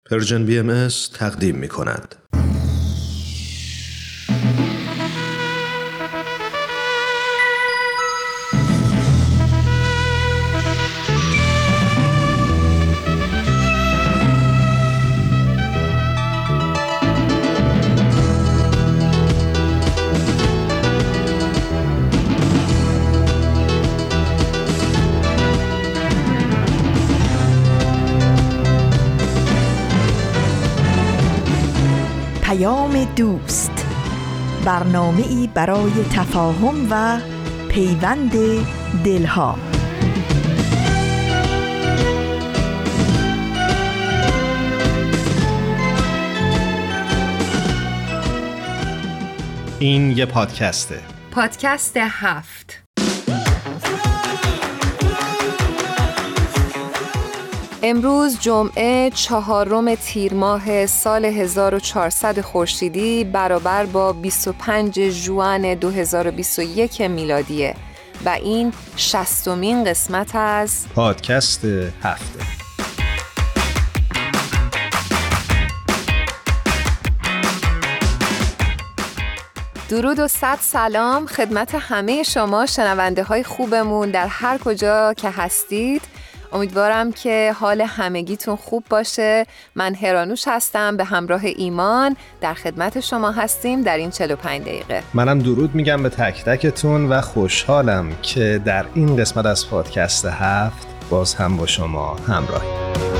پرژن BMS تقدیم می کند. دوست، برنامه‌ای برای تفاهم و پیوند دلها. این یه پادکسته. پادکست 7. امروز جمعه 4 تیر ماه سال 1400 خورشیدی برابر با 25 ژوئن 2021 میلادیه و این 60مین قسمت از پادکست 7. درود و صد سلام خدمت همه شما شنونده های خوبمون در هر کجا که هستید. امیدوارم که حال همگیتون خوب باشه. من هرانوش هستم، به همراه ایمان در خدمت شما هستیم در این 45 دقیقه. منم درود میگم به تک تکتون و خوشحالم که در این قسمت از پادکست 7 باز هم با شما همراهیم.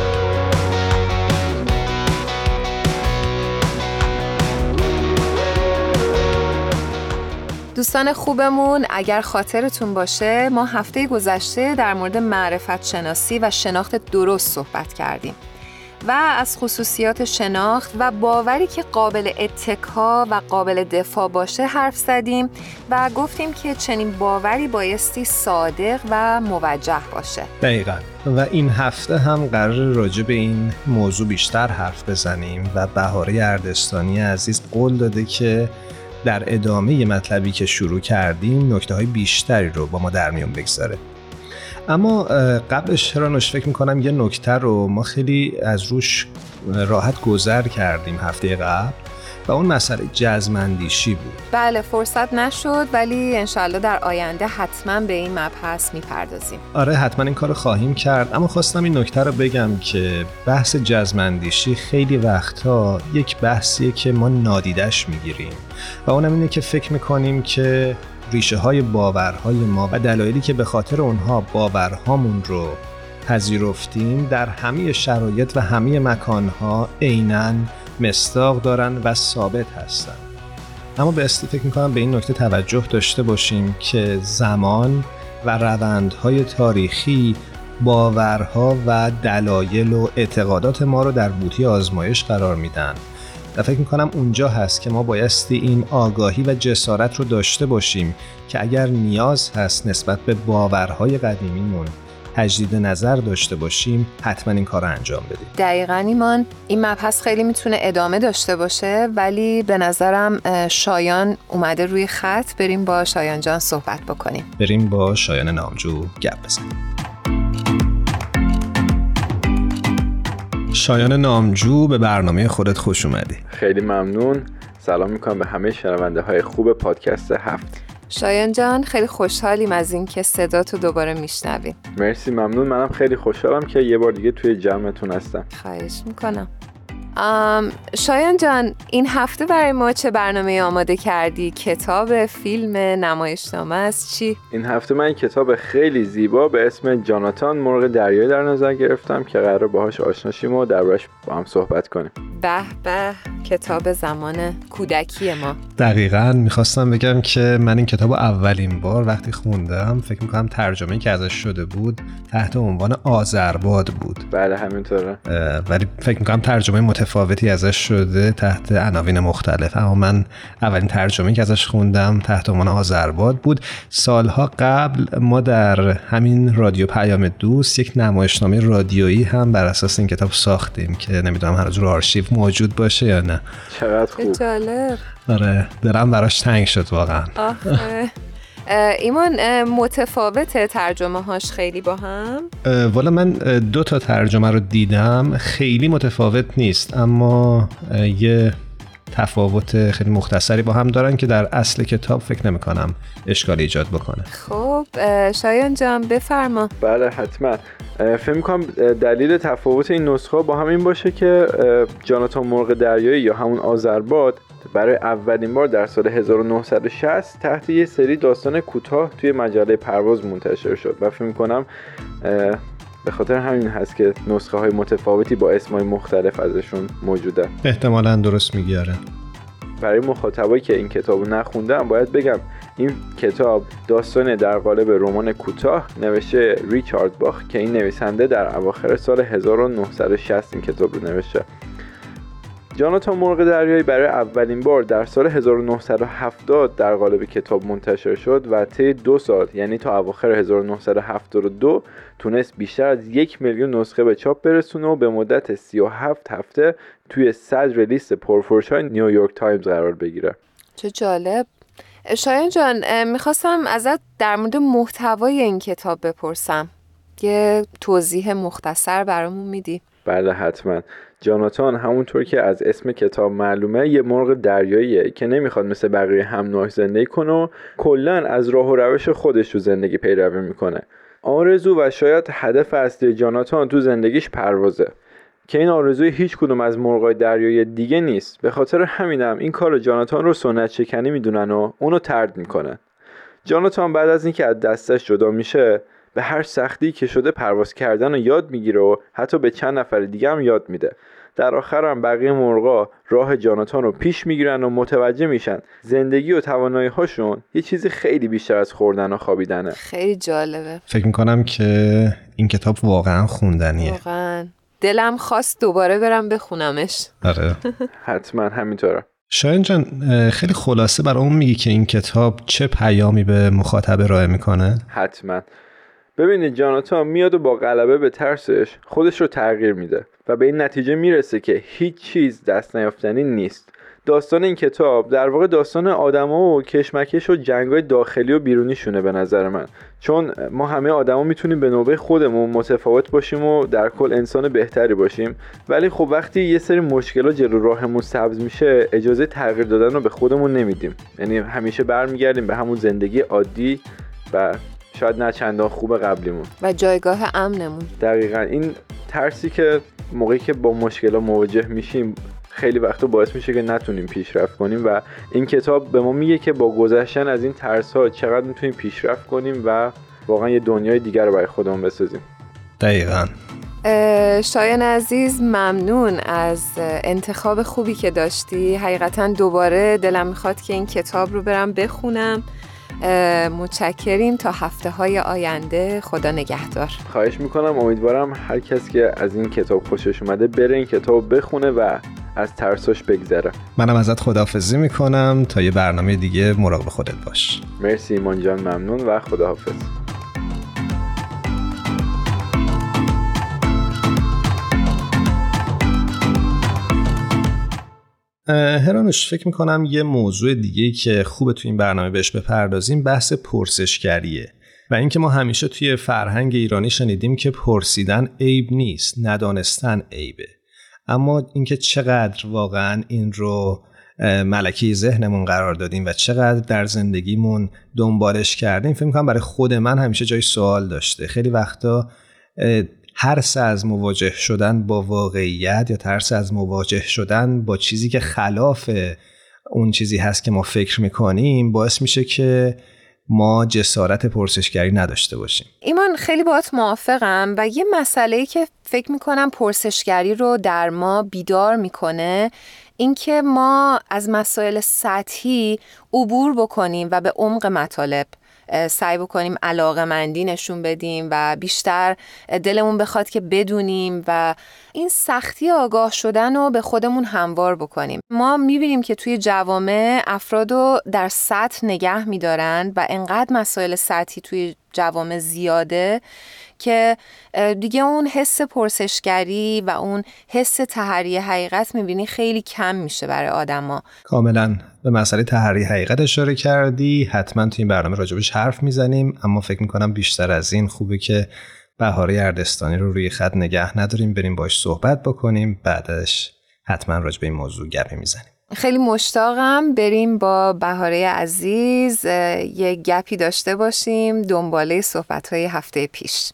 دوستان خوبمون، اگر خاطرتون باشه ما هفته گذشته در مورد معرفت شناسی و شناخت درست صحبت کردیم و از خصوصیات شناخت و باوری که قابل اتکا و قابل دفاع باشه حرف زدیم و گفتیم که چنین باوری بایستی صادق و موجه باشه. دقیقاً. و این هفته هم قرار راجع به این موضوع بیشتر حرف بزنیم و بهاره اردستانی عزیز قول داده که در ادامه مطلبی که شروع کردیم نکته‌های بیشتری رو با ما در میون بگذاره. اما قبلش هرانوش فکر میکنم یه نکته رو ما خیلی از روش راحت گذر کردیم هفته قبل و اون مسئله جزم‌اندیشی بود. بله، فرصت نشد ولی انشالله در آینده حتما به این مبحث میپردازیم. آره حتما این کار خواهیم کرد، اما خواستم این نکته رو بگم که بحث جزم‌اندیشی خیلی وقتا یک بحثیه که ما نادیدش میگیریم و اونم اینه که فکر میکنیم که ریشه های باورهای ما و دلایلی که به خاطر اونها باورهامون رو پذیرفتیم در همه شرایط و همه مکانها عیناً مصداق دارن و ثابت هستن. اما به فکر میکنم به این نکته توجه داشته باشیم که زمان و روندهای تاریخی باورها و دلایل و اعتقادات ما رو در بوته آزمایش قرار میدن و فکر میکنم اونجا هست که ما بایستی این آگاهی و جسارت رو داشته باشیم که اگر نیاز هست نسبت به باورهای قدیمیمون تجدید نظر داشته باشیم حتما این کار رو انجام بدیم. دقیقاً ایمان، این مبحث خیلی میتونه ادامه داشته باشه ولی به نظرم شایان اومده روی خط. بریم با شایان جان صحبت بکنیم. بریم با شایان نامجو گپ بزنیم. شایان نامجو، به برنامه خودت خوش اومدی. خیلی ممنون. سلام میکنم به همه شنونده های خوب پادکست 7. شایان جان خیلی خوشحالیم از این که صداتو دوباره میشنویم. مرسی، ممنون. منم خیلی خوشحالم که یه بار دیگه توی جمعتون هستم. خواهش میکنم. شایان جان، این هفته برای ما چه برنامه آماده کردی؟ کتاب، فیلم، نمایشنامه است، چی؟ این هفته من کتاب خیلی زیبا به اسم جاناتان مرغ دریایی در نظر گرفتم که قراره باهاش آشنا شیم و دربارش با هم صحبت کنیم. به به، کتاب زمان کودکی ما. دقیقاً میخواستم بگم که من این کتاب اولین بار وقتی خوندم فکر میکنم ترجمه‌ای که ازش شده بود تحت عنوان آذرباد بود. بله همینطوره. ولی فکر میکنم ترجمه متفاوتی ازش شده تحت عناوین مختلف، اما من اولین ترجمه‌ای که ازش خوندم تحت عنوان آذرباد بود. سالها قبل ما در همین رادیو پیام دوست یک نمایشنامه رادیویی هم بر اساس این کتاب ساختیم که نمیدونم هنوز رو آرشیو موجود باشه یا نه. چقدر خوب. جالب. آره دلم براش تنگ شد واقعا. ایمان متفاوته ترجمه هاش خیلی با هم؟ والا من 2 تا ترجمه رو دیدم، خیلی متفاوت نیست، اما یه تفاوت خیلی مختصری با هم دارن که در اصل کتاب فکر نمی کنم اشکال ایجاد بکنه. خب شایان جان بفرما. بله حتما. فکر می‌کنم دلیل تفاوت این نسخه با هم این باشه که جاناتان مرغ دریایی یا همون آذرباد برای اولین بار در سال 1960 تحت یه سری داستان کوتاه توی مجله پرواز منتشر شد و فکر می‌کنم به خاطر همین هست که نسخه های متفاوتی با اسمای مختلف ازشون موجوده. احتمالاً درست میگیاره. برای مخاطبایی که این کتابو نخوندن باید بگم این کتاب داستان در قالب رمان کوتاه نوشته ریچارد باخ که این نویسنده در اواخر سال 1960 این کتاب رو نوشته. جاناتان مرغ دریایی برای اولین بار در سال 1970 در قالب کتاب منتشر شد و طی 2 سال یعنی تا اواخر 1972 تونست بیشتر از 1 میلیون نسخه به چاپ برسونه و به مدت 37 هفته توی صدر لیست پرفروش‌های نیویورک تایمز قرار بگیره. چه جالب. شایان جان میخواستم ازت در مورد محتوای این کتاب بپرسم. یه توضیح مختصر برامون میدی؟ بله حتما. جاناتان همونطور که از اسم کتاب معلومه یه مرغ دریاییه که نمیخواد مثل بقیه هم نوع زندگی کنه و کلاً از راه و روش خودش تو زندگی پیروی میکنه. آرزو و شاید هدف اصلی جاناتان تو زندگیش پروازه که این آرزوی هیچ کدوم از مرغای دریایی دیگه نیست. به خاطر همینم این کار جاناتان رو سنت شکنی میدونن و اونو طرد میکنه. جاناتان بعد از اینکه از دستش جدا میشه به هر سختی که شده پرواز کردن رو یاد میگیره و حتی به چند نفر دیگه هم یاد میده. در آخر هم بقیه مرغا راه جاناتان رو پیش میگیرن و متوجه میشن زندگی و توانایی هاشون یه چیزی خیلی بیشتر از خوردن و خوابیدنه. خیلی جالبه. فکر میکنم که این کتاب واقعا خوندنیه. واقعا دلم خواست دوباره برم بخونمش. آره حتما همینطوره. شایان جان خیلی خلاصه برامون میگی که این کتاب چه پیامی به مخاطب ارائه میکنه؟ حتما. ببینید جاناتان میاد و با غلبه به ترسش خودش رو تغییر میده و به این نتیجه میرسه که هیچ چیز دست نیافتنی نیست. داستان این کتاب در واقع داستان آدما و کشمکش و جنگ‌های داخلی و بیرونیشونه به نظر من، چون ما همه آدما میتونیم به نوبه خودمون متفاوت باشیم و در کل انسان بهتری باشیم، ولی خب وقتی یه سری مشکلات جلو راهمون سبز میشه اجازه تغییر دادن رو به خودمون نمیدیم، یعنی همیشه برمیگردیم به همون زندگی عادی و شاید نه چندان خوب قبلیمون و جایگاه امنمون. دقیقاً این ترسی که موقعی که با مشکلات مواجه میشیم خیلی وقتا باعث میشه که نتونیم پیشرفت کنیم و این کتاب به ما میگه که با گذشتن از این ترس‌ها چقدر میتونیم پیشرفت کنیم و واقعا یه دنیای دیگر رو برای خودمون بسازیم. دقیقاً. شایان عزیز ممنون از انتخاب خوبی که داشتی. حقیقتاً دوباره دلم میخواد که این کتاب رو برم بخونم. متشکریم. تا هفته‌های آینده. خدا نگهدار. خواهش میکنم. امیدوارم هر کس که از این کتاب خوشش اومده بره این کتاب بخونه و از ترساش بگذره. منم ازت خداحافظی میکنم. تا یه برنامه دیگه مراقب خودت باش. مرسی ایمان جان، ممنون و خداحافظ. هرانوش، فکر میکنم یه موضوع دیگه که خوبه تو این برنامه بهش بپردازیم بحث پرسشگریه و اینکه ما همیشه توی فرهنگ ایرانی شنیدیم که پرسیدن عیب نیست، ندانستن عیبه، اما اینکه چقدر واقعا این رو ملکه ذهنمون قرار دادیم و چقدر در زندگیمون دنبالش کردیم، فکر میکنم برای خود من همیشه جای سوال داشته. خیلی وقتا ترس از مواجه شدن با واقعیت یا ترس از مواجه شدن با چیزی که خلاف اون چیزی هست که ما فکر میکنیم باعث میشه که ما جسارت پرسشگری نداشته باشیم. ایمان خیلی باهات موافقم و یه مسئله‌ای که فکر میکنم پرسشگری رو در ما بیدار میکنه اینکه ما از مسائل سطحی عبور بکنیم و به عمق مطالب سعی بکنیم علاقه‌مندی نشون بدیم و بیشتر دلمون بخواد که بدونیم و این سختی آگاه شدن رو به خودمون هموار بکنیم. ما میبینیم که توی جوامع افرادو در سطح نگه میدارن و انقدر مسائل سطحی توی جوامع زیاده که دیگه اون حس پرسشگری و اون حس تحری حقیقت میبینی خیلی کم میشه برای آدما. کاملا به مسئله تحری حقیقت اشاره کردی، حتما تو این برنامه راجبش حرف میزنیم، اما فکر میکنم بیشتر از این خوبه که بهاره اردستانی رو روی خط نگه نداریم، بریم باش صحبت بکنیم، بعدش حتما راجب این موضوع گپی میزنیم. خیلی مشتاقم بریم با بهاره عزیز یه گپی داشته باشیم دنباله صحبت‌های هفته پیش.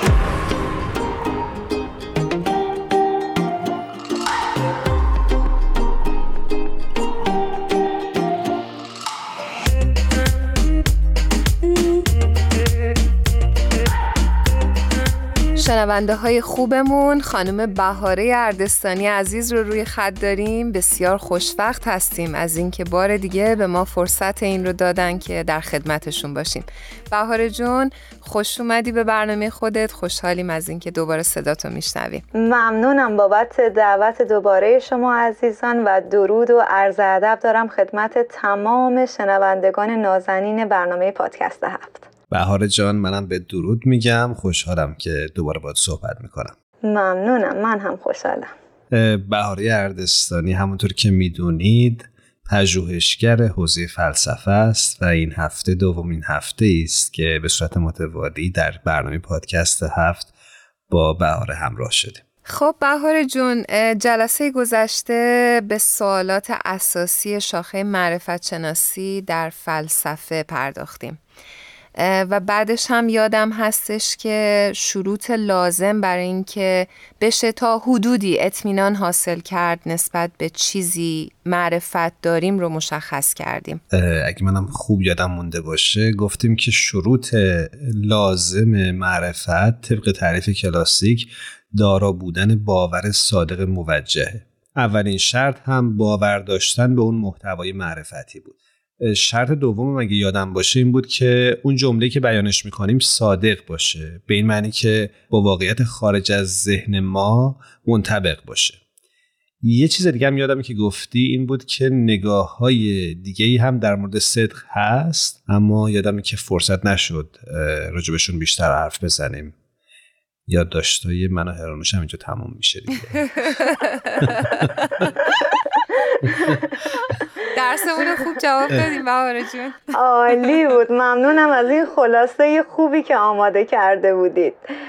شنونده های خوبمون، خانم بهاره اردستانی عزیز رو روی خط داریم. بسیار خوشوقت هستیم از اینکه بار دیگه به ما فرصت این رو دادن که در خدمتشون باشیم. بهاره جون خوش اومدی به برنامه خودت، خوشحالیم از اینکه دوباره صداتو میشنویم. ممنونم بابت دعوت دوباره شما عزیزان و درود و عرض ادب دارم خدمت تمام شنوندگان نازنین برنامه پادکست هفت. بهاره جان منم به درود میگم، خوشحالم که دوباره باهات صحبت میکنم. ممنونم، من هم خوشحالم. بهاره اردستانی همونطور که میدونید پژوهشگر حوزه فلسفه است و این هفته دومین هفته است که به صورت متوالی در برنامه پادکست هفت با بهاره همراه شدیم. خب بهاره جون، جلسه گذشته به سوالات اساسی شاخه معرفت شناسی در فلسفه پرداختیم و بعدش هم یادم هستش که شروط لازم برای این که بشه تا حدودی اطمینان حاصل کرد نسبت به چیزی معرفت داریم رو مشخص کردیم. اگه منم خوب یادم مونده باشه گفتیم که شروط لازم معرفت طبق تعریف کلاسیک دارا بودن باور صادق موجهه. اولین شرط هم باور داشتن به اون محتوای معرفتی بود. شرط دوم اگه یادم باشه این بود که اون جمله‌ای که بیانش میکنیم صادق باشه، به این معنی که با واقعیت خارج از ذهن ما منطبق باشه. یه چیز دیگه هم یادمه که گفتی این بود که نگاه‌های دیگه‌ای هم در مورد صدق هست، اما یادمه که فرصت نشد راجبشون بیشتر حرف بزنیم. یادداشتای من و هرانوش هم اینجا تموم میشه دیگه. درسمون خوب جواب دادیم بهاره جون. عالی بود، ممنونم از این خلاصه خوبی که آماده کرده بودید.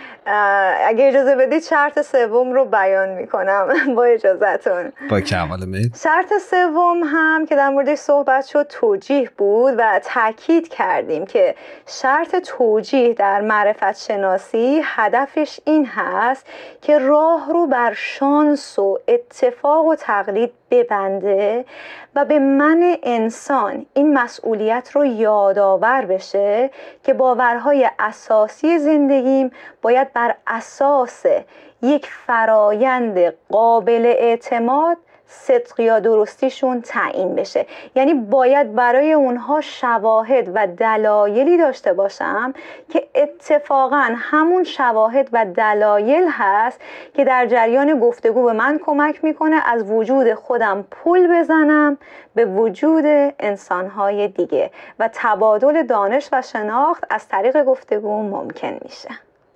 اگه اجازه بدید شرط سوم رو بیان میکنم با اجازهتون. با کمال میل. شرط سوم هم که در موردش صحبت شد توجیه بود و تاکید کردیم که شرط توجیه در معرفت شناسی هدفش این هست که راه رو بر شانس و اتفاق و تقلید ببنده و به من انسان این مسئولیت رو یادآور بشه که باورهای اساسی زندگیم باید بر اساس یک فرایند قابل اعتماد صدق یا درستیشون تعیین بشه. یعنی باید برای اونها شواهد و دلایلی داشته باشم که اتفاقا همون شواهد و دلایل هست که در جریان گفتگو به من کمک میکنه از وجود خودم پول بزنم به وجود انسانهای دیگه و تبادل دانش و شناخت از طریق گفتگو ممکن میشه.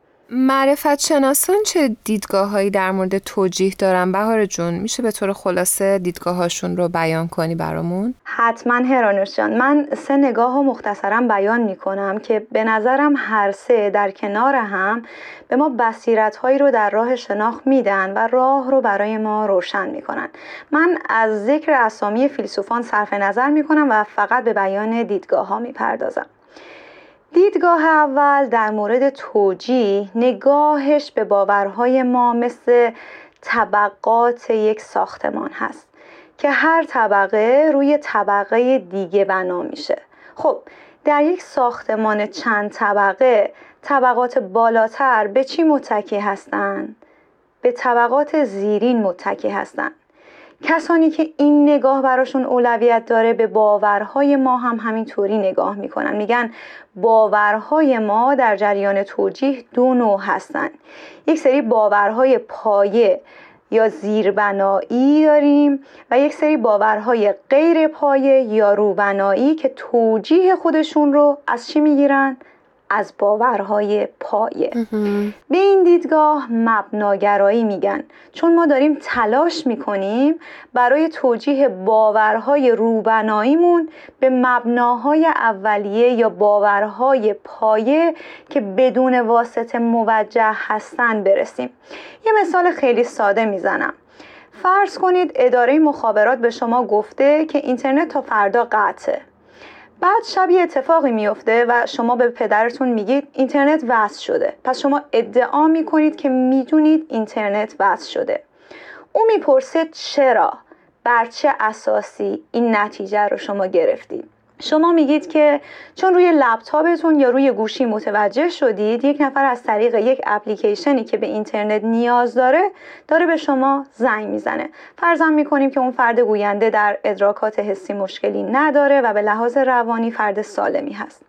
معرفت شناسان چه دیدگاه‌هایی در مورد توجیه دارن بهاره جون؟ میشه به طور خلاصه دیدگاه‌هاشون رو بیان کنی برامون؟ حتما هرانوش جان، من 3 نگاه رو مختصرا بیان میکنم که به نظرم هر 3 در کنار هم به ما بصیرت‌هایی رو در راه شناخت میدن و راه رو برای ما روشن میکنن. من از ذکر اسامی فیلسوفان صرف نظر میکنم و فقط به بیان دیدگاه‌ها میپردازم. دیدگاه اول در مورد توجیه نگاهش به باورهای ما مثل طبقات یک ساختمان هست که هر طبقه روی طبقه دیگه بنا میشه. خب در یک ساختمان چند طبقه طبقات بالاتر به چی متکی هستند؟ به طبقات زیرین متکی هستند. کسانی که این نگاه براشون اولویت داره به باورهای ما هم همینطوری نگاه میکنن. میگن باورهای ما در جریان توجیه 2 نوع هستن. یک سری باورهای پایه یا زیربنایی داریم و یک سری باورهای غیر پایه یا روبنایی که توجیه خودشون رو از چی میگیرن؟ از باورهای پایه. به این دیدگاه مبناگرایی میگن، چون ما داریم تلاش میکنیم برای توجیه باورهای روبناییمون به مبناهای اولیه یا باورهای پایه که بدون واسطه موجه هستن برسیم. یه مثال خیلی ساده میزنم. فرض کنید اداره مخابرات به شما گفته که اینترنت تا فردا قطعه. بعد شب یه اتفاقی میفته و شما به پدرتون میگید اینترنت وصل شده. پس شما ادعا میکنید که میدونید اینترنت وصل شده. او میپرسه چرا؟ بر چه اساسی این نتیجه رو شما گرفتید؟ شما میگید که چون روی لپتاپتون یا روی گوشی متوجه شدید یک نفر از طریق یک اپلیکیشنی که به اینترنت نیاز داره به شما زنگ میزنه. فرضاً میکنیم که اون فرد گوینده در ادراکات حسی مشکلی نداره و به لحاظ روانی فرد سالمی هست.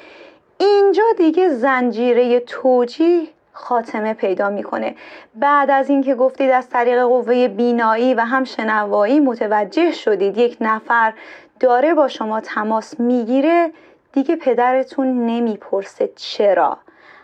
اینجا دیگه زنجیره توجیه خاتمه پیدا میکنه. بعد از اینکه گفتید از طریق قوه بینایی و هم شنوایی متوجه شدید یک نفر داره با شما تماس میگیره، دیگه پدرتون نمیپرسه چرا.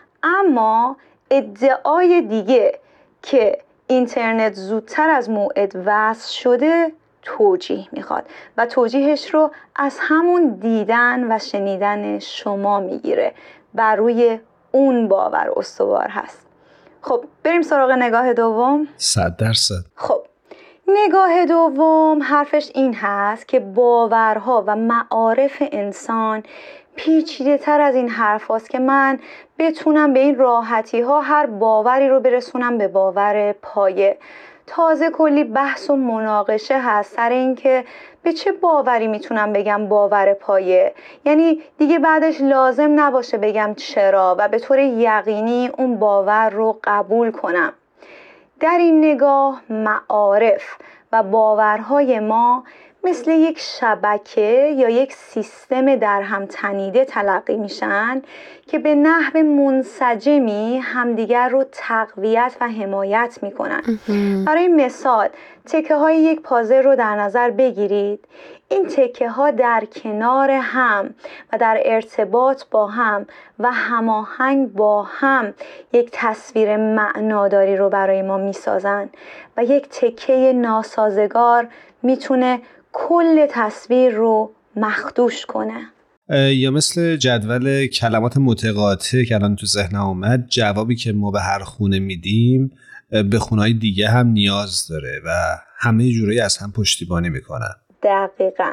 اما ادعای دیگه که اینترنت زودتر از موعد وصل شده توجیه میخواد و توجیهش رو از همون دیدن و شنیدن شما میگیره، بر روی اون باور استوار هست. خب بریم سراغ نگاه دوم. 100%. خب نگاه دوم حرفش این هست که باورها و معارف انسان پیچیده تر از این حرف هست که من بتونم به این راحتی ها هر باوری رو برسونم به باور پایه. تازه کلی بحث و مناقشه هست سر این که به چه باوری میتونم بگم باور پایه، یعنی دیگه بعدش لازم نباشه بگم چرا و به طور یقینی اون باور رو قبول کنم. در این نگاه معارف و باورهای ما مثل یک شبکه یا یک سیستم در هم تنیده تلقی میشن که به نحو منسجمی همدیگر رو تقویت و حمایت میکنن. برای مثال تکه های یک پازل رو در نظر بگیرید. این تکه ها در کنار هم و در ارتباط با هم و هماهنگ با هم یک تصویر معناداری رو برای ما میسازن و یک تکه ناسازگار میتونه کل تصویر رو مخدوش کنه. یا مثل جدول کلمات متقاطع که الان تو ذهنم اومد، جوابی که ما به هر خونه میدیم به خونه‌های دیگه هم نیاز داره و همه جورایی از هم پشتیبانی میکنن. دقیقاً.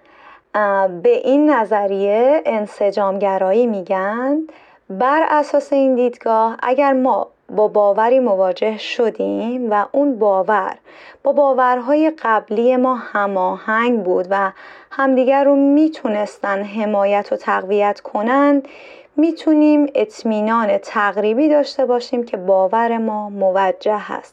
به این نظریه انسجامگرایی میگن. بر اساس این دیدگاه اگر ما با باوری مواجه شدیم و اون باور با باورهای قبلی ما هماهنگ بود و همدیگر رو میتونستن حمایت و تقویت کنند، میتونیم اطمینان تقریبی داشته باشیم که باور ما موجه هست.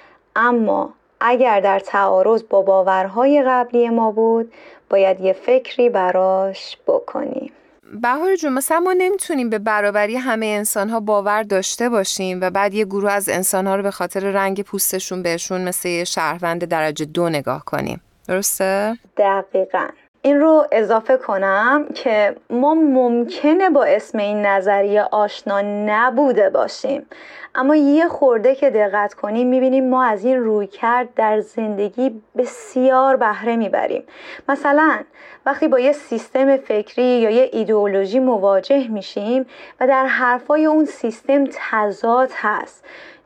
اما اگر در تعارض با باورهای قبلی ما بود، باید یه فکری براش بکنیم. بهار جون، مثلا ما نمیتونیم به برابری همه انسان‌ها باور داشته باشیم و بعد یه گروه از انسان‌ها رو به خاطر رنگ پوستشون بهشون مثل یه شهروند درجه 2 نگاه کنیم. درسته؟ دقیقاً. این رو اضافه کنم که ما ممکنه با اسم این نظریه آشنا نبوده باشیم، اما یه خورده که دقت کنیم میبینیم ما از این رویکرد در زندگی بسیار بهره میبریم. مثلا وقتی با یه سیستم فکری یا یه ایدئولوژی مواجه میشیم و در حرفای اون سیستم تضاد هست،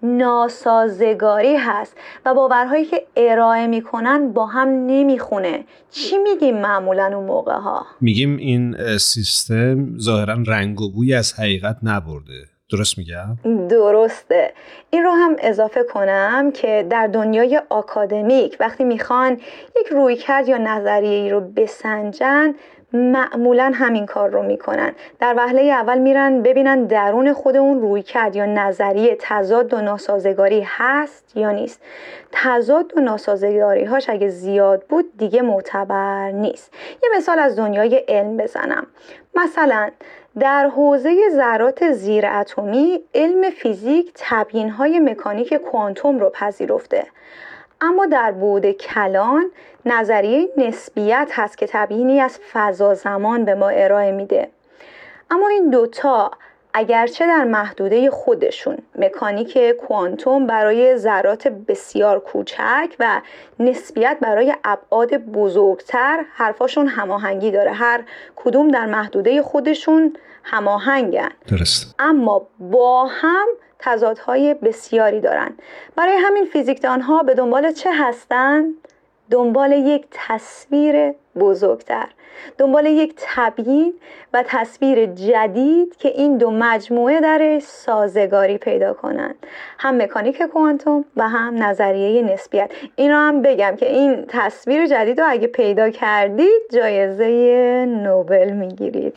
ناسازگاری هست و باورهایی که ارائه میکنن با هم نمیخونه، چی میگیم معمولا اون موقع ها؟ میگیم این سیستم ظاهرا رنگ و بوی از حقیقت نبرده. درست میگم؟ درسته. این رو هم اضافه کنم که در دنیای آکادمیک وقتی میخوان یک رویکرد یا نظریه‌ای رو بسنجن، معمولاً همین کار رو میکنن. در وهله اول میرن ببینن درون خود اون رویکرد یا نظریه تضاد و ناسازگاری هست یا نیست. تضاد و ناسازگاری هاش اگه زیاد بود دیگه معتبر نیست. یه مثال از دنیای علم بزنم. مثلا در حوزه ذرات زیر اتمی علم فیزیک تبیین‌های مکانیک کوانتوم رو پذیرفته، اما در بعد کلان نظریه نسبیت هست که تبیینی از فضا زمان به ما ارائه میده. اما این دوتا اگرچه در محدوده خودشون مکانیک کوانتوم برای ذرات بسیار کوچک و نسبیت برای ابعاد بزرگتر حرفاشون هماهنگی داره، هر کدوم در محدوده خودشون هماهنگن، درست، اما با هم تضادهای بسیاری دارن. برای همین فیزیکدانها به دنبال چه هستن؟ دنبال یک تصویر بزرگتر، دنبال یک تبیین و تصویر جدید که این دو مجموعه درش سازگاری پیدا کنن، هم مکانیک کوانتوم و هم نظریه نسبیت. اینو هم بگم که این تصویر جدید رو اگه پیدا کردید جایزه نوبل میگیرید.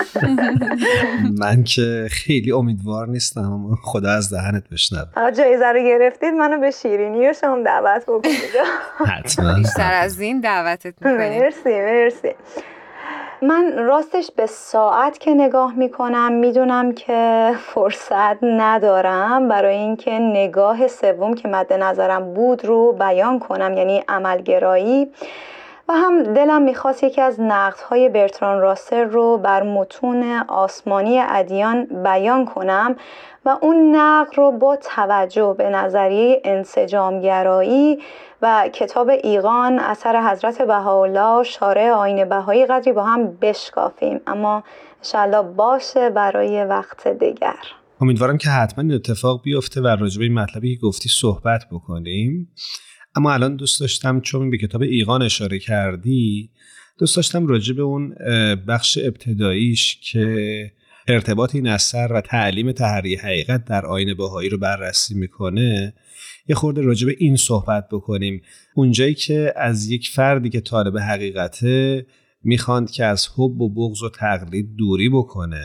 من که خیلی امیدوار نیستم، اما خدا از دهنت بشنوه. فقط جایزه رو گرفتید منو به شیرینی و شما دعوت بکنید. حتما. بیشتر از این دعوتت میکنیم. مرسی. من راستش به ساعت که نگاه میکنم میدونم که فرصت ندارم برای اینکه نگاه سوم که مد نظرم بود رو بیان کنم، یعنی عملگرایی، و هم دلم میخواست یکی از نقدهای برتراند راسل رو بر متون آسمانی ادیان بیان کنم و اون نقد رو با توجه به نظریه انسجامگرایی و کتاب ایقان اثر حضرت بهاءالله شارع آیین بهایی قدری با هم بشکافیم، اما انشاءالله باشه برای وقت دیگر. امیدوارم که حتما این اتفاق بیفته و راجع به این مطلبی که گفتی صحبت بکنیم. اما الان دوست داشتم، چون به کتاب ایقان اشاره کردی، دوست داشتم راجع به اون بخش ابتداییش که ارتباط این اثر و تعلیم تحری حقیقت در آیین بهایی رو بررسی میکنه یه خورده راجع به این صحبت بکنیم. اونجایی که از یک فردی که طالب حقیقته میخواند که از حب و بغض و تقلید دوری بکنه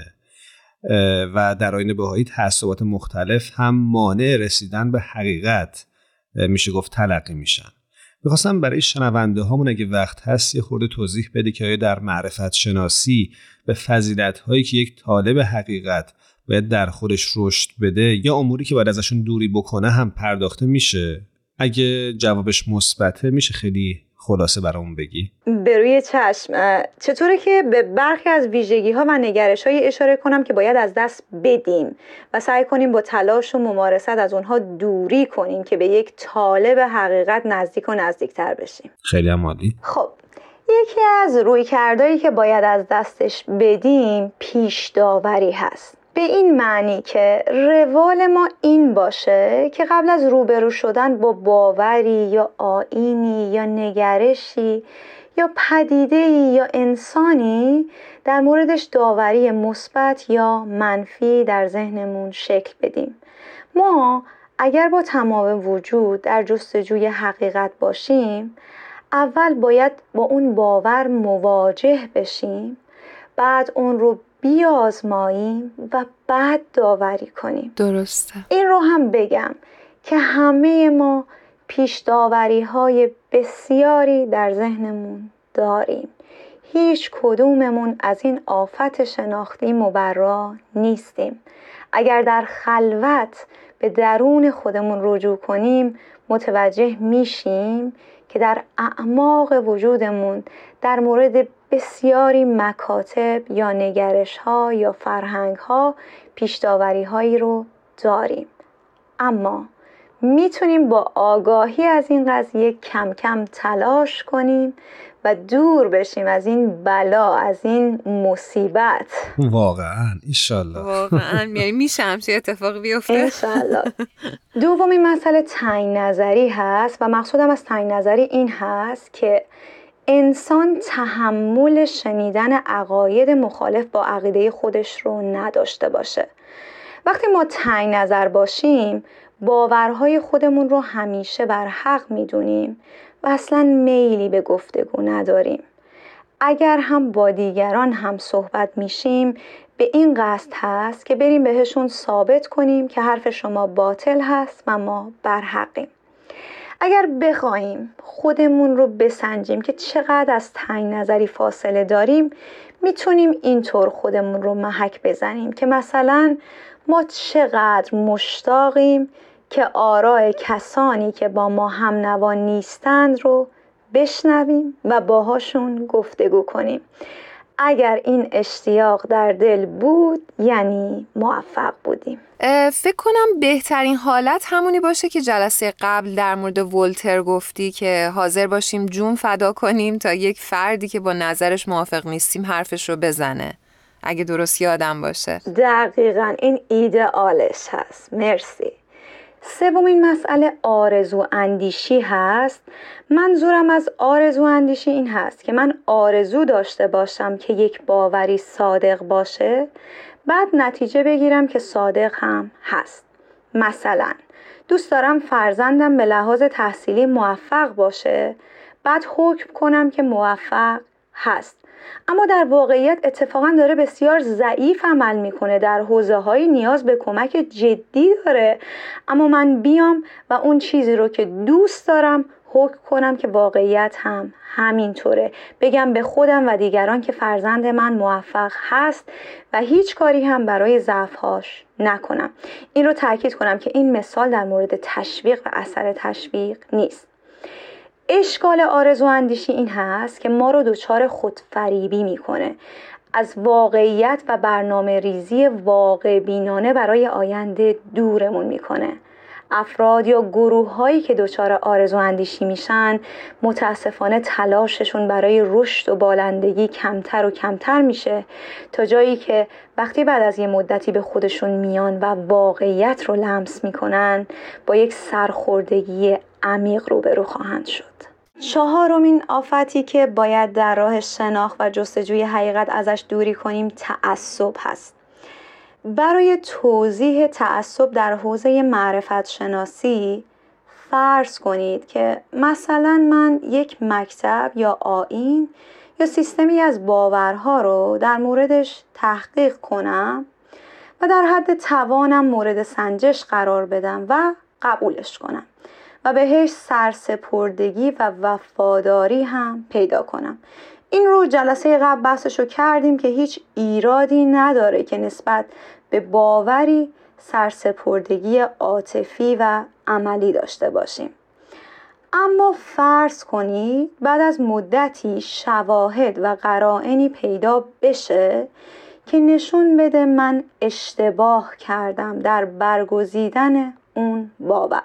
و در آیین بهایی تعصبات مختلف هم مانع رسیدن به حقیقت میشه گفت تلقی میشن. میخواستم برای شنونده هامون اگه وقت هست یه خورده توضیح بده که آیا در معرفت شناسی به فضیلت هایی که یک طالب حقیقت باید در خودش رشد بده یا اموری که باید ازشون دوری بکنه هم پرداخته میشه؟ اگه جوابش مثبته میشه خیلی خلاصه برامون بگی؟ به روی چشم. چطوره که به برخی از ویژگی ها و نگرش های اشاره کنم که باید از دست بدیم و سعی کنیم با تلاش و ممارست از اونها دوری کنیم که به یک طالب حقیقت نزدیک و نزدیکتر بشیم. خیلی هم عالی. خب یکی از رویکردهایی که باید از دستش بدیم پیش داوری هست، به این معنی که روال ما این باشه که قبل از روبرو شدن با باوری یا آیینی یا نگرشی یا پدیده‌ای یا انسانی در موردش داوری مثبت یا منفی در ذهنمون شکل بدیم. ما اگر با تمام وجود در جستجوی حقیقت باشیم، اول باید با اون باور مواجه بشیم، بعد اون رو بیازماییم و بعد داوری کنیم. درسته. این رو هم بگم که همه ما پیش داوری های بسیاری در ذهنمون داریم. هیچ کدوممون از این آفت شناختی مبرا نیستیم. اگر در خلوت به درون خودمون رجوع کنیم متوجه میشیم که در اعماق وجودمون در مورد بسیاری مکاتب یا نگرش ها یا فرهنگ ها پیش داوری هایی رو داریم، اما میتونیم با آگاهی از این قضیه کم کم تلاش کنیم و دور بشیم از این بلا، از این مصیبت. واقعا انشالله. واقعا یعنی میشه همچین اتفاق بیفته انشالله. دومین مسئله تنگ نظری هست و مقصودم از تنگ نظری این هست که انسان تحمل شنیدن عقاید مخالف با عقیده خودش رو نداشته باشه. وقتی ما تنگ نظر باشیم باورهای خودمون رو همیشه بر حق میدونیم و اصلا میلی به گفتگو نداریم. اگر هم با دیگران هم صحبت میشیم به این قصد هست که بریم بهشون ثابت کنیم که حرف شما باطل هست و ما بر حقیم. اگر بخوایم خودمون رو بسنجیم که چقدر از تنگ نظری فاصله داریم، میتونیم اینطور خودمون رو محک بزنیم که مثلا ما چقدر مشتاقیم که آراء کسانی که با ما هم نوا نیستند رو بشنویم و باهاشون گفتگو کنیم. اگر این اشتیاق در دل بود یعنی موفق بودیم. فکر کنم بهترین حالت همونی باشه که جلسه قبل در مورد ولتر گفتی که حاضر باشیم جون فدا کنیم تا یک فردی که با نظرش موافق نیستیم حرفش رو بزنه، اگه درست یادم باشه. دقیقاً این ایدئالش هست. مرسی. سومین مسئله آرزو اندیشی هست. منظورم از آرزو اندیشی این هست که من آرزو داشته باشم که یک باوری صادق باشه، بعد نتیجه بگیرم که صادق هم هست. مثلا دوست دارم فرزندم به لحاظ تحصیلی موفق باشه، بعد حکم کنم که موفق هست، اما در واقعیت اتفاقا داره بسیار ضعیف عمل میکنه، در حوزه‌های نیاز به کمک جدی داره، اما من بیام و اون چیزی رو که دوست دارم حکم کنم که واقعیت هم همینطوره، بگم به خودم و دیگران که فرزند من موفق هست و هیچ کاری هم برای ضعف‌هاش نکنم. این رو تاکید کنم که این مثال در مورد تشویق و اثر تشویق نیست. اشکال آرزو اندیشی این هست که ما رو دچار خودفریبی میکنه، از واقعیت و برنامه ریزی واقع بینانه برای آینده دورمون میکنه. افراد یا گروه هایی که دچار آرزو اندیشی میشن متاسفانه تلاششون برای رشد و بالندگی کمتر و کمتر میشه، تا جایی که وقتی بعد از یه مدتی به خودشون میان و واقعیت رو لمس میکنن با یک سرخوردگی عمیق روبرو خواهند شد. چهارمین آفتی که باید در راه شناخت و جستجوی حقیقت ازش دوری کنیم تعصب هست. برای توضیح تعصب در حوزه معرفت شناسی فرض کنید که مثلا من یک مکتب یا آیین یا سیستمی از باورها رو در موردش تحقیق کنم و در حد توانم مورد سنجش قرار بدم و قبولش کنم و بهش سرسپردگی و وفاداری هم پیدا کنم. این رو جلسه قبل بحثشو کردیم که هیچ ایرادی نداره که نسبت به باوری سرسپردگی عاطفی و عملی داشته باشیم. اما فرض کنید بعد از مدتی شواهد و قرائنی پیدا بشه که نشون بده من اشتباه کردم در برگزیدن اون باور،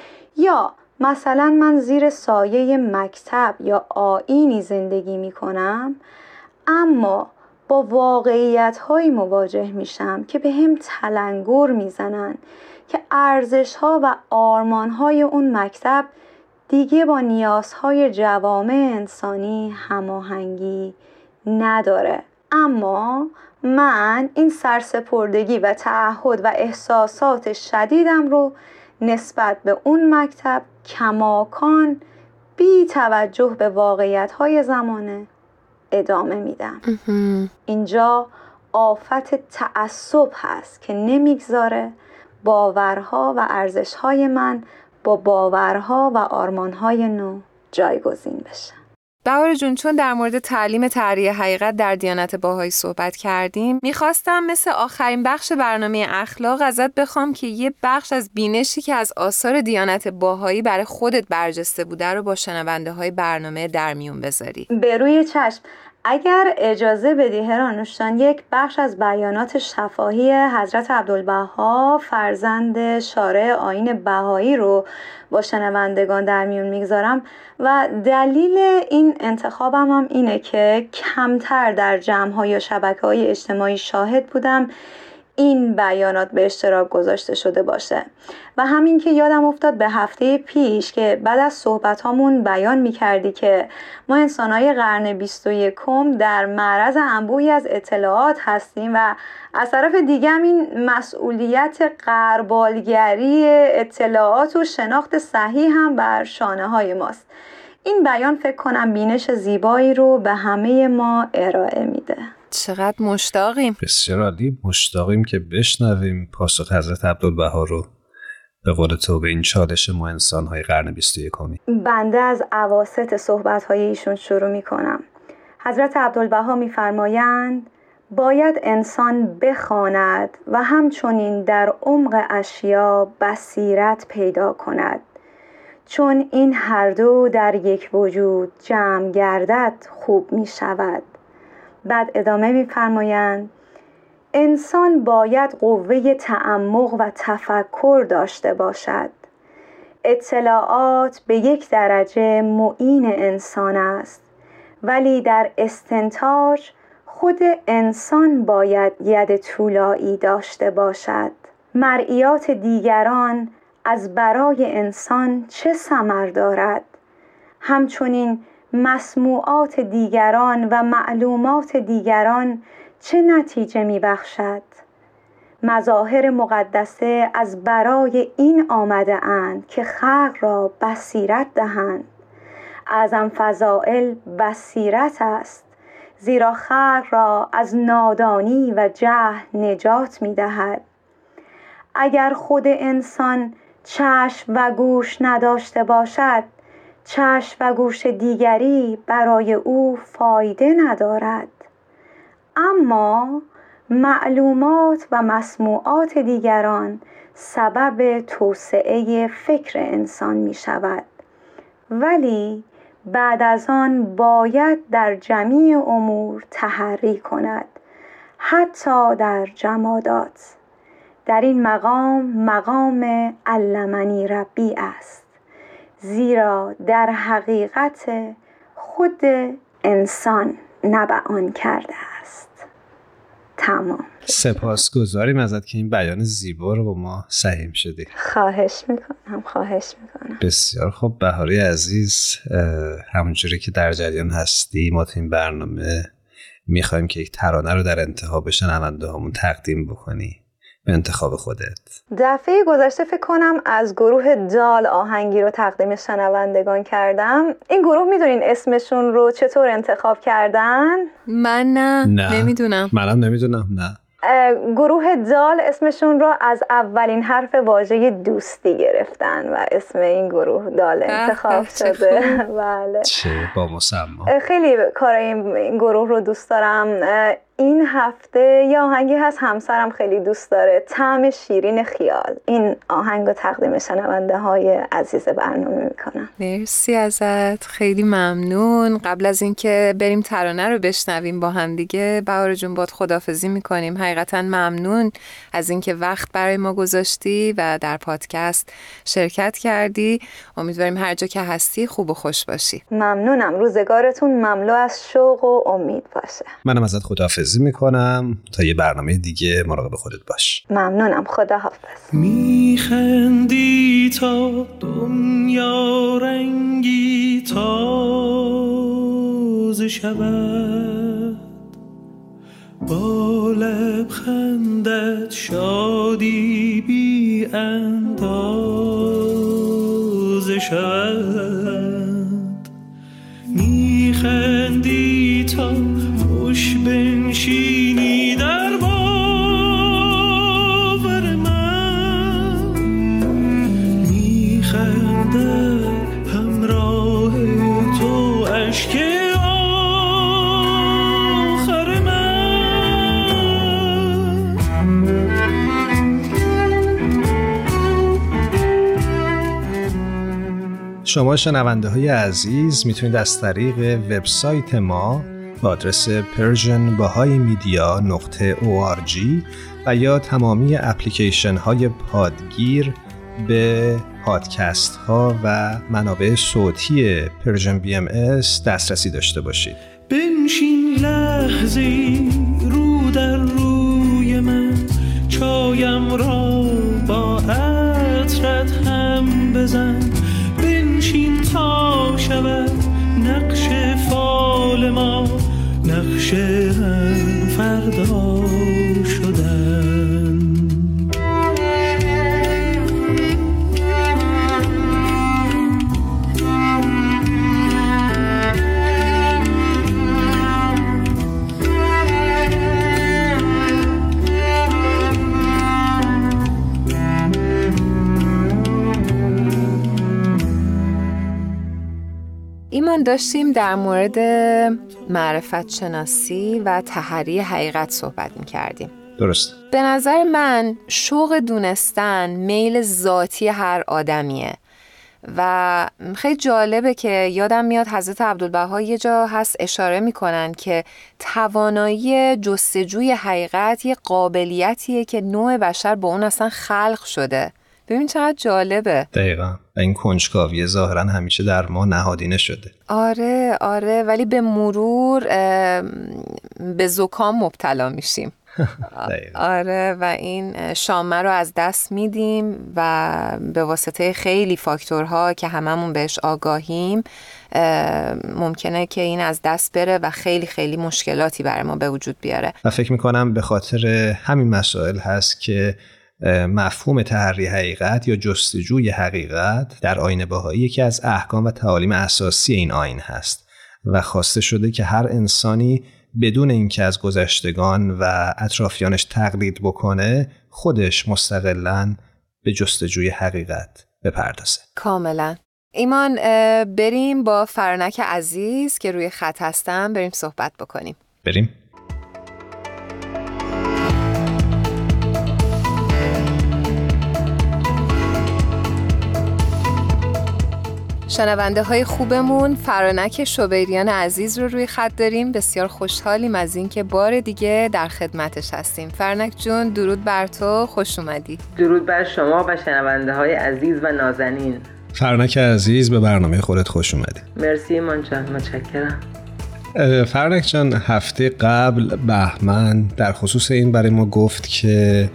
یا مثلا من زیر سایه مکتب یا آیینی زندگی می کنم اما با واقعیت‌هایی مواجه میشم که به هم تلنگر میزنن که ارزش‌ها و آرمان‌های اون مکتب دیگه با نیازهای جوامع انسانی هماهنگی نداره، اما من این سرسپردگی و تعهد و احساسات شدیدم رو نسبت به اون مکتب کماکان بی توجه به واقعیت‌های زمانه ادامه میدم. اینجا آفت تعصب هست که نمیگذاره باورها و ارزش‌های من با باورها و آرمان‌های نو جایگزین بشه. بهار جون، چون در مورد تعلیم تحریه حقیقت در دیانت باهایی صحبت کردیم، میخواستم مثل آخرین بخش برنامه اخلاق ازت بخوام که یه بخش از بینشی که از آثار دیانت باهایی برای خودت برجسته بوده رو با شنونده های برنامه در میون بذاری. به روی چشم. اگر اجازه بدی هرانوشان، یک بخش از بیانات شفاهی حضرت عبدالبها فرزند شارع آیین بهایی رو با شنوندگان در میون میگذارم و دلیل این انتخابم هم اینه که کمتر در جمع‌ها یا شبکه‌های اجتماعی شاهد بودم این بیانات به اشتراک گذاشته شده باشه و همین که یادم افتاد به هفته پیش که بعد از صحبتامون بیان میکردی که ما انسانهای قرن 21 در معرض انبوهی از اطلاعات هستیم و از طرف دیگه این مسئولیت غربالگری اطلاعات و شناخت صحیح هم بر شانه های ماست. این بیان فکر کنم بینش زیبایی رو به همه ما ارائه میده. چقدر مشتاقیم. بسیار عالی، مشتاقیم که بشنویم پاسخ حضرت عبدالبها رو به قول تو به این چالش ما انسان‌های قرن 21. بنده از اواسط صحبت‌های ایشون شروع می‌کنم. حضرت عبدالبها می‌فرمایند باید انسان بخواند و همچنین در عمق اشیا بصیرت پیدا کند، چون این هر دو در یک وجود جمع گردد خوب می‌شود. بعد ادامه می‌فرمایند انسان باید قوه تعمق و تفکر داشته باشد. اطلاعات به یک درجه معین انسان است، ولی در استنتاج خود انسان باید ید طولایی داشته باشد. مرئیات دیگران از برای انسان چه ثمر دارد؟ همچنین مسموعات دیگران و معلومات دیگران چه نتیجه می بخشد؟ مظاهر مقدسه از برای این آمده اند که خلق را بصیرت دهند. اعظم فضائل بصیرت است، زیرا خلق را از نادانی و جهل نجات می دهد. اگر خود انسان چشم و گوش نداشته باشد، چشم و گوش دیگری برای او فایده ندارد. اما معلومات و مسموعات دیگران سبب توسعه فکر انسان می شود، ولی بعد از آن باید در جمیع امور تحری کند، حتی در جمادات. در این مقام علمنی ربی است، زیرا در حقیقت خود انسان نبعان کرده است. تمام. سپاسگزاریم ازت که این بیان زیبا رو با ما سهیم شدی. خواهش میکنم. بسیار خوب بهاری عزیز، همونجوری که در جریان هستی ما تو این برنامه میخوایم که یک ترانه رو در انتها به شنونده هامون تقدیم بکنی به انتخاب خودت. دفعه گذشته فکر کنم از گروه دال آهنگی رو تقدیم شنوندگان کردم. این گروه میدونین اسمشون رو چطور انتخاب کردن؟ من نمیدونم. منم نمیدونم. نه. گروه دال اسمشون رو از اولین حرف واژه دوستی گرفتن و اسم این گروه دال انتخاب شده. بله. چه با مسما. خیلی کارای این گروه رو دوست دارم. این هفته یه آهنگی هست همسرم خیلی دوست داره، طعم شیرین خیال. این آهنگ رو تقدیم شنونده های عزیز برنامه میکنم. مرسی ازت، خیلی ممنون. قبل از اینکه بریم ترانه رو بشنویم با هم دیگه، بهار جون باد خداحافظی میکنیم. حقیقتا ممنون از اینکه وقت برای ما گذاشتی و در پادکست شرکت کردی. امیدواریم هر جا که هستی خوب و خوش باشی. ممنونم. روزگارتون مملو از شوق و امید باشه. منم ازت خداحافظی میکنم. تا یه برنامه دیگه مراقب خودت باش. ممنونم. خداحافظ. میخندی تا دنیا رنگی تازه شود، با لبخندت شادی بی اندازه شود. میخندی تا خوش بنشینی در باور من، میخندد همراه تو اشک آخر من. شما شنونده های عزیز میتونید از طریق وبسایت ما با آدرس persianbahaimedia.org و یا تمامی اپلیکیشن های پادگیر به پادکست ها و منابع صوتی پرژن BMS دسترسی داشته باشید. بنشین لحظی رو در روی من، چایم را با عطرت هم بزن. بنشین تا شود نقش فال ما، نقش هم فردا شدن. ایمان، داشتیم در مورد معرفت شناسی و تحری حقیقت صحبت می‌کردیم. درست. به نظر من شوق دونستن میل ذاتی هر آدمیه و خیلی جالبه که یادم میاد حضرت عبدالبها یه جا هست اشاره میکنن که توانایی جستجوی حقیقت یه قابلیتیه که نوع بشر با اون اصلا خلق شده. ببین چقدر جالبه. دقیقا. این کنجکاوی ظاهرا همیشه در ما نهادینه شده. آره ولی به مرور به زکام مبتلا میشیم. آره و این شامه رو از دست میدیم و به واسطه خیلی فاکتورها که هممون بهش آگاهیم ممکنه که این از دست بره و خیلی خیلی مشکلاتی برای ما به وجود بیاره. و فکر میکنم به خاطر همین مسائل هست که مفهوم تحری حقیقت یا جستجوی حقیقت در آیین بهایی یکی از احکام و تعالیم اساسی این آیین هست و خواسته شده که هر انسانی بدون اینکه از گذشتگان و اطرافیانش تقلید بکنه خودش مستقلاً به جستجوی حقیقت بپردازه. کاملا. ایمان بریم با فرانک عزیز که روی خط هستن بریم صحبت بکنیم. بریم. شنونده های خوبمون فرانک شوبیریان عزیز رو روی خط داریم. بسیار خوشحالیم از این که بار دیگه در خدمتش هستیم. فرانک جون درود بر تو، خوش اومدی. درود بر شما و شنونده های عزیز و نازنین. فرانک عزیز به برنامه خودت خوش اومدی. مرسی ایمان جان، متشکرم. فرانک جان هفته قبل بهمن در خصوص این برای ما گفت که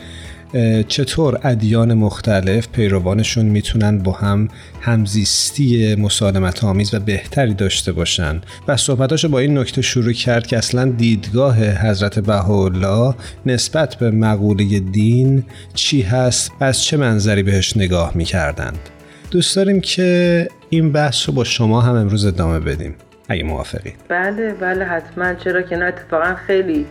چطور ادیان مختلف پیروانشون میتونن با هم همزیستی مسالمت آمیز و بهتری داشته باشن و صحبتاشو با این نکته شروع کرد که اصلا دیدگاه حضرت بهاءالله نسبت به مقوله دین چی هست و از چه منظری بهش نگاه میکردند. دوست داریم که این بحث رو با شما هم امروز ادامه بدیم اگه موافقی. بله حتما، چرا که نه، اتفاقا خیلی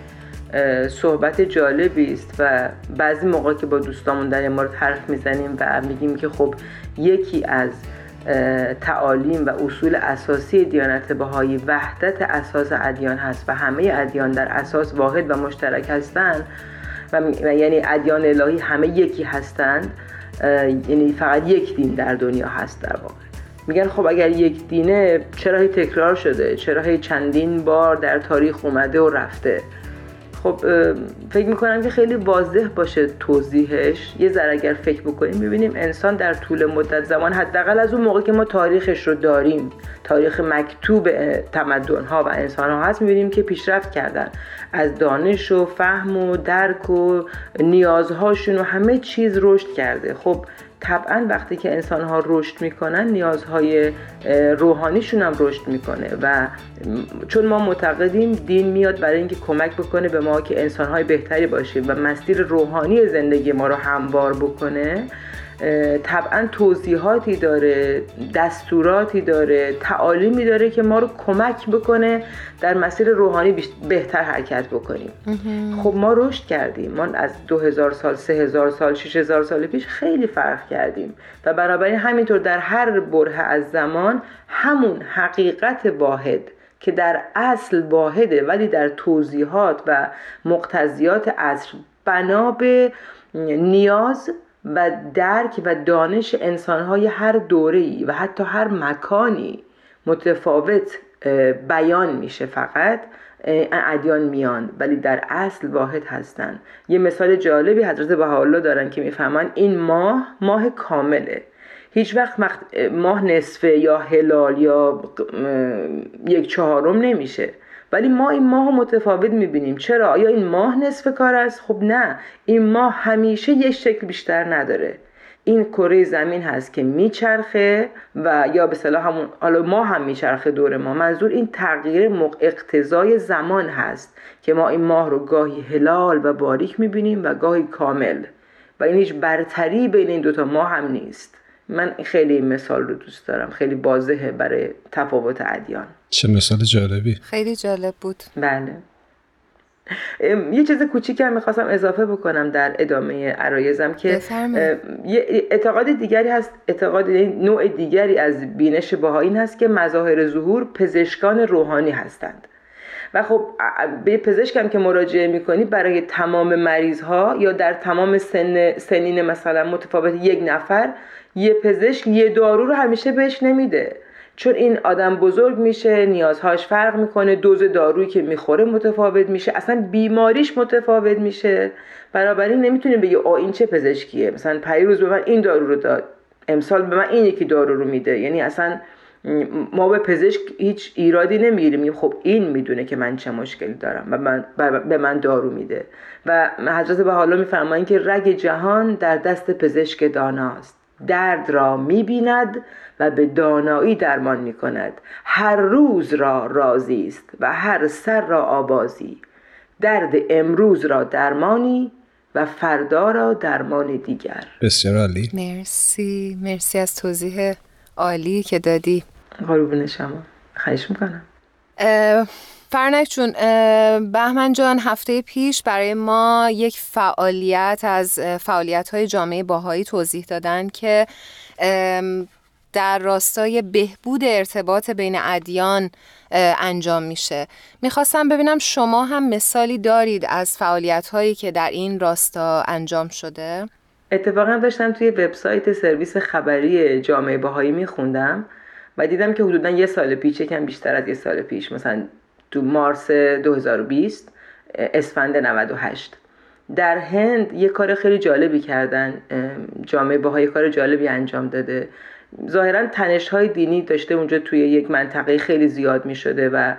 صحبت جالبی است و بعضی موقع که با دوستامون در این مورد حرف میزنیم و میگیم که خب یکی از تعالیم و اصول اساسی دیانت بهایی وحدت اساس ادیان هست و همه ادیان در اساس واحد و مشترک هستند و یعنی ادیان الهی همه یکی هستند، یعنی فقط یک دین در دنیا هست. در واقع میگن خب اگر یک دینه چرا هی تکرار شده، چرا هی چندین بار در تاریخ اومده و رفته؟ خب فکر میکنم که خیلی واضح باشه توضیحش. یه ذره اگر فکر بکنیم میبینیم انسان در طول مدت زمان، حداقل از اون موقع که ما تاریخش رو داریم، تاریخ مکتوب تمدن‌ها و انسان‌ها هست، میبینیم که پیشرفت کردن از دانش و فهم و درک و نیازهاشون و همه چیز رشد کرده. خب طبعا وقتی که انسان‌ها رشد میکنن نیازهای روحانیشون هم رشد میکنه و چون ما معتقدیم دین میاد برای اینکه کمک بکنه به ما که انسان‌های بهتری باشیم و مسیر روحانی زندگی ما رو هموار بکنه، طبعا توضیحاتی داره، دستوراتی داره، تعالیمی داره که ما رو کمک بکنه در مسیر روحانی بهتر حرکت بکنیم. خب ما رشد کردیم، ما از 2000 سال، 3000 سال، 6000 سال پیش خیلی فرق کردیم و بنابراین همینطور در هر برهه از زمان همون حقیقت واحد که در اصل واحده ولی در توضیحات و مقتضیات عصر بنا به نیاز و درک و دانش انسان‌های هر دوره‌ای و حتی هر مکانی متفاوت بیان میشه. فقط ادیان میان ولی در اصل واحد هستن. یه مثال جالبی حضرت بهاءالله دارن که میفهمن این ماه کامله، هیچ وقت ماه نصفه یا هلال یا 1/4 نمیشه، ولی ما این ماه رو متفاوت میبینیم. چرا؟ آیا این ماه نصف کار است؟ خب نه، این ماه همیشه یک شکل بیشتر نداره. این کره زمین هست که میچرخه و یا به اصطلاح همون حالا ما هم میچرخه دور ما. منظور این تغییر اقتضای زمان هست که ما این ماه رو گاهی هلال و باریک میبینیم و گاهی کامل و این هیچ برتری بین این دوتا ماه هم نیست. من خیلی این مثال رو دوست دارم، خیلی واضحه برای تفاوت ادیان. چه مثال جالبی. خیلی جالب بود. بله. یه چیز کوچیکی هم میخواستم اضافه بکنم در ادامه عرایزم که یه اعتقاد دیگری هست، نوع دیگری از بینش بهایی این هست که مظاهر ظهور پزشکان روحانی هستند و خب به پزشک هم که مراجعه میکنی برای تمام مریض ها یا در تمام سنین مثلا متفاوت یک نفر یه پزشک یه دارو رو همیشه بهش نمیده، چون این آدم بزرگ میشه، نیازهاش فرق میکنه، دوز دارویی که میخوره متفاوت میشه، اصلا بیماریش متفاوت میشه. بنابراین نمیتونیم بگی این چه پزشکیه، مثلا پیروز به من این دارو رو داد، امسال به من این یکی دارو رو میده. یعنی اصلا ما به پزشک هیچ ایرادی نمیگیریم، خب این میدونه که من چه مشکلی دارم و به من دارو میده. و حضرت بهاءالله میفرمایند که رگ جهان در دست پزشک داناست، درد را میبیند و به دانایی درمان میکند. هر روز را رازی است و هر سر را آوازی، درد امروز را درمانی و فردا را درمان دیگر. بسیار عالی. مرسی از توضیح عالی که دادی. قربون شما، خواهش میکنم. فرنک جون، بهمن جان هفته پیش برای ما یک فعالیت از فعالیت‌های جامعه بهایی توضیح دادن که در راستای بهبود ارتباط بین ادیان انجام میشه. میخواستم ببینم شما هم مثالی دارید از فعالیت‌هایی که در این راستا انجام شده؟ اتفاقا داشتم توی وبسایت سرویس خبری جامعه بهایی میخوندم و دیدم که حدوداً یه سال پیش، کم بیشتر از یه سال پیش، مثلا تو مارس 2020 اسفند 98 در هند یه کار خیلی جالبی کردن. جامعه بهایی کار جالبی انجام داده. ظاهراً تنش‌های دینی داشته اونجا توی یک منطقه خیلی زیاد می شده و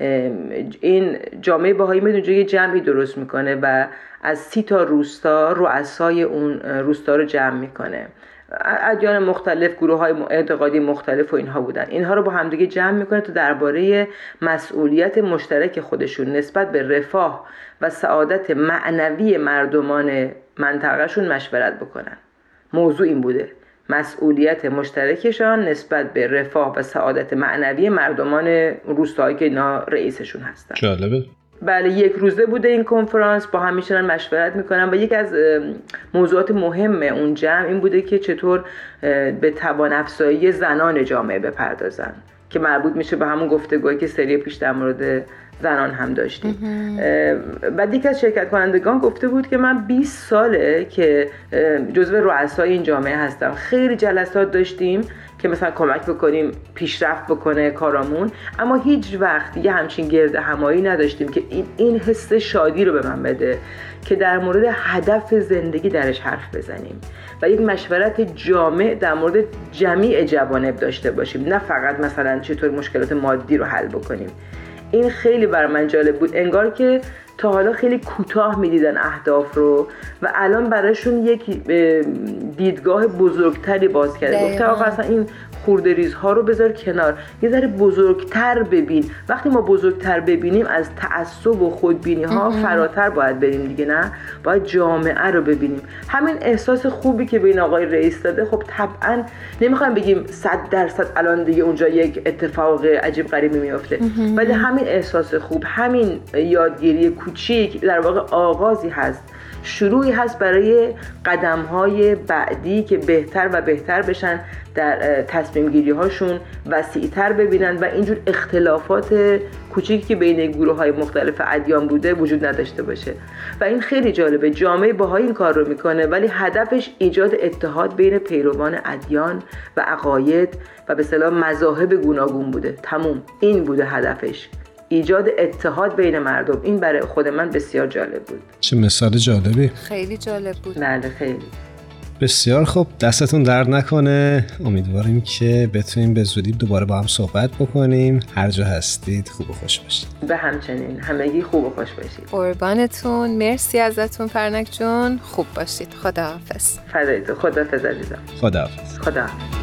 این جامعه بهایی میاد اونجا یه جمعی درست میکنه و از 30 تا روستا رؤسای اون روستا رو جمع میکنه. ادیان مختلف، گروه‌های اعتقادی مختلف و اینها بودن. اینها رو با همدیگه جمع میکنه تا درباره مسئولیت مشترک خودشون نسبت به رفاه و سعادت معنوی مردمان منطقهشون مشورت بکنن. موضوع این بوده، مسئولیت مشترکشان نسبت به رفاه و سعادت معنوی مردمان روستایی که اینا رئیسشون هستن. جالبه. بله، یک روزه بوده این کنفرانس، با هم میشنن مشورت میکنن و یک از موضوعات مهم اون جمع این بوده که چطور به توان افزایی زنان جامعه بپردازن، که مربوط میشه به همون گفتگویی که سری پیش در مورد زنان هم داشتیم. بعد یک از شرکت کنندگان گفته بود که من 20 ساله که جزو رؤسای این جامعه هستم، خیلی جلسات داشتیم که مثلا کمک بکنیم پیشرفت بکنه کارامون، اما هیچ وقت یه همچین گرد همایی نداشتیم که این حس شادی رو به من بده که در مورد هدف زندگی درش حرف بزنیم و یک مشورت جامع در مورد جمیع جوانب داشته باشیم، نه فقط مثلا چطور مشکلات مادی رو حل بکنیم. این خیلی برای من جالب بود. انگار که تا حالا خیلی کوتاه می‌دیدن اهداف رو و الان برایشون یک دیدگاه بزرگتری باز کرده. گفته آقا اصلا این خورده‌ریزها رو بذار کنار، یه ذره بزرگتر ببین. وقتی ما بزرگتر ببینیم از تعصب و خودبینی‌ها فراتر باید بریم دیگه، نه؟ باید جامعه رو ببینیم. همین احساس خوبی که بین آقای رئیس داده، خب طبعاً نمیخوایم بگیم 100% الان دیگه اونجا یک اتفاق عجیب غریبی میفته، ولی همین احساس خوب، همین یادگیری کوچیک در واقع آغازی هست، شروعی هست برای قدم‌های بعدی که بهتر و بهتر بشن، در تصمیم گیری هاشون وسیع‌تر ببینن و اینجور اختلافات کوچیکی که بین گروه‌های مختلف ادیان بوده وجود نداشته باشه. و این خیلی جالبه. جامعه بهایی این کار رو میکنه ولی هدفش ایجاد اتحاد بین پیروان ادیان و عقاید و به اصطلاح مذاهب گوناگون بوده. تموم این بوده هدفش، ایجاد اتحاد بین مردم. این برای خود من بسیار جالب بود. چه مثال جالبی. خیلی جالب بود. بله خیلی. بسیار خوب، دستتون درد نکنه. امیدواریم که بتونیم به زودی دوباره با هم صحبت بکنیم. هر جا هستید خوب و خوش باشید. به همچنین همگی خوب و خوش باشید. قربانتون. مرسی ازتون فرنک جون. خوب باشید. خداحافظ. فدای تو. خداحافظ عزیزم. خداحافظ. خداحافظ.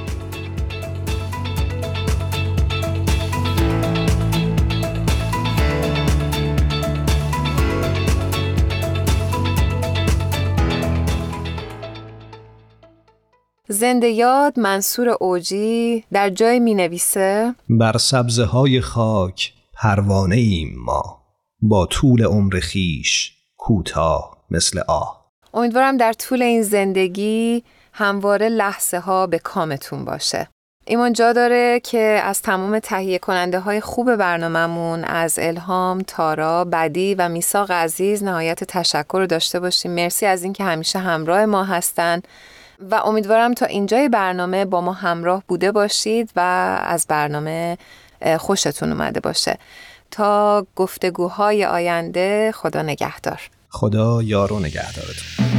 زنده یاد منصور اوجی در جای می نویسه: بر سبزه های خاک پروانه ایم ما، با طول عمر خیش کوتاه مثل آه. امیدوارم در طول این زندگی همواره لحظه ها به کامتون باشه. ایمان جا داره که از تمام تهیه کننده های خوب برنامه‌مون، از الهام، تارا، بدی و میثاق عزیز نهایت تشکر رو داشته باشیم. مرسی از این که همیشه همراه ما هستن و امیدوارم تا اینجای برنامه با ما همراه بوده باشید و از برنامه خوشتون اومده باشه. تا گفتگوهای آینده، خدا نگهدار. خدا یار و نگهدارتون.